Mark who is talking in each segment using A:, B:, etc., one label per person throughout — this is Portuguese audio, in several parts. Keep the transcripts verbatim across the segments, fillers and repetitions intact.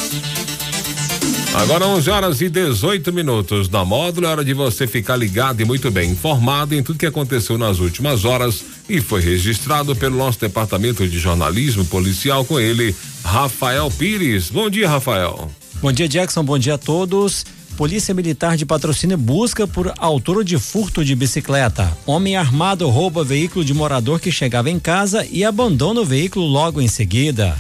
A: Agora onze horas e dezoito minutos na Módulo, é hora de você ficar ligado e muito bem informado em tudo que aconteceu nas últimas horas e foi registrado pelo nosso departamento de jornalismo policial, com ele, Rafael Pires. Bom dia, Rafael.
B: Bom dia, Jackson, bom dia a todos. Polícia Militar de Patrocínio busca por autor de furto de bicicleta. Homem armado rouba veículo de morador que chegava em casa e abandona o veículo logo em seguida.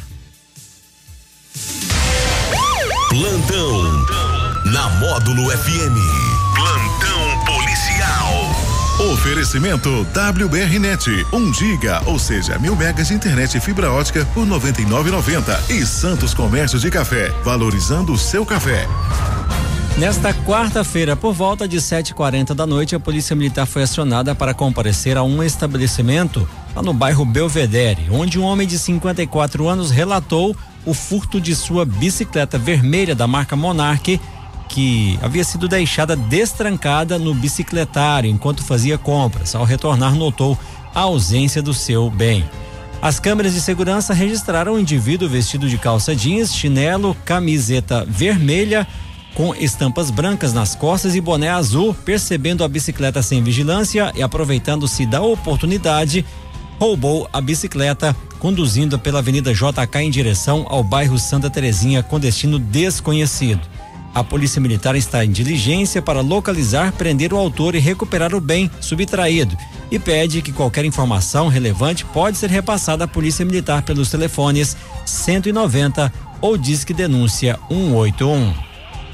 C: Plantão na Módulo F M. Plantão policial. Oferecimento W B R Net, um giga, ou seja, mil megas de internet e fibra ótica por noventa e nove reais e noventa centavos. E Santos Comércio de Café, valorizando o seu café.
B: Nesta quarta-feira, por volta de sete e quarenta da noite, a Polícia Militar foi acionada para comparecer a um estabelecimento lá no bairro Belvedere, onde um homem de cinquenta e quatro anos relatou o furto de sua bicicleta vermelha da marca Monarch, que havia sido deixada destrancada no bicicletário enquanto fazia compras. Ao retornar, notou a ausência do seu bem. As câmeras de segurança registraram um indivíduo vestido de calça jeans, chinelo, camiseta vermelha, com estampas brancas nas costas e boné azul. Percebendo a bicicleta sem vigilância e aproveitando-se da oportunidade, roubou a bicicleta, conduzindo pela Avenida J K em direção ao bairro Santa Terezinha com destino desconhecido. A Polícia Militar está em diligência para localizar, prender o autor e recuperar o bem subtraído, e pede que qualquer informação relevante pode ser repassada à Polícia Militar pelos telefones cento e noventa ou Disque Denúncia cento e oitenta e um.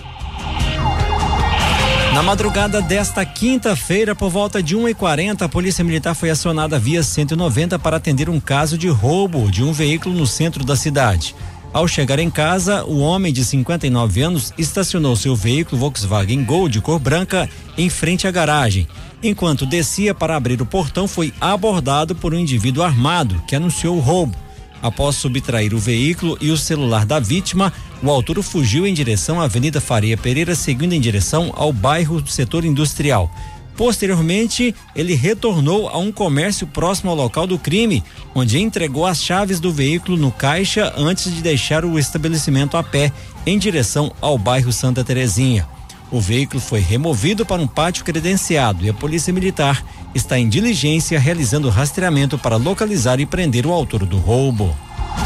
B: Na madrugada desta quinta-feira, por volta de uma e quarenta, a Polícia Militar foi acionada via cento e noventa para atender um caso de roubo de um veículo no centro da cidade. Ao chegar em casa, o homem de cinquenta e nove anos estacionou seu veículo Volkswagen Gol de cor branca em frente à garagem. Enquanto descia para abrir o portão, foi abordado por um indivíduo armado que anunciou o roubo. Após subtrair o veículo e o celular da vítima, o autor fugiu em direção à Avenida Faria Pereira, seguindo em direção ao bairro do setor industrial. Posteriormente, ele retornou a um comércio próximo ao local do crime, onde entregou as chaves do veículo no caixa antes de deixar o estabelecimento a pé em direção ao bairro Santa Terezinha. O veículo foi removido para um pátio credenciado e a Polícia Militar está em diligência realizando rastreamento para localizar e prender o autor do roubo.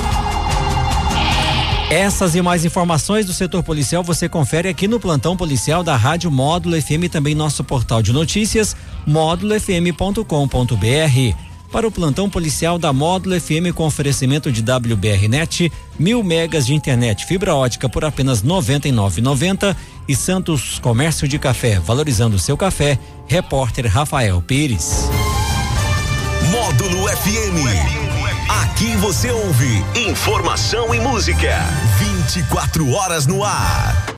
B: Essas e mais informações do setor policial você confere aqui no Plantão Policial da Rádio Módulo F M e também nosso portal de notícias módulo f m ponto com ponto b r. Para o Plantão Policial da Módulo F M com oferecimento de W B R Net, mil megas de internet fibra ótica por apenas noventa e nove reais e noventa centavos e Santos Comércio de Café, valorizando o seu café, repórter Rafael Pires.
C: Módulo F M. Aqui você ouve informação e música. vinte e quatro horas no ar.